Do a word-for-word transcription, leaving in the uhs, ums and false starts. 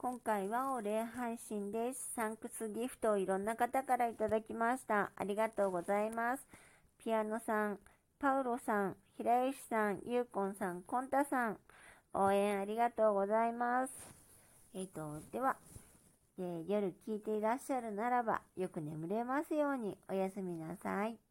今回はお礼配信です。サンクスギフトをいろんな方からいただきました。ありがとうございます。ピアノさん、パウロさん、平石さん、ゆうこんさん、コンタさん、応援ありがとうございます。えっと、では、えー夜聞いていらっしゃるならば、よく眠れますようにおやすみなさい。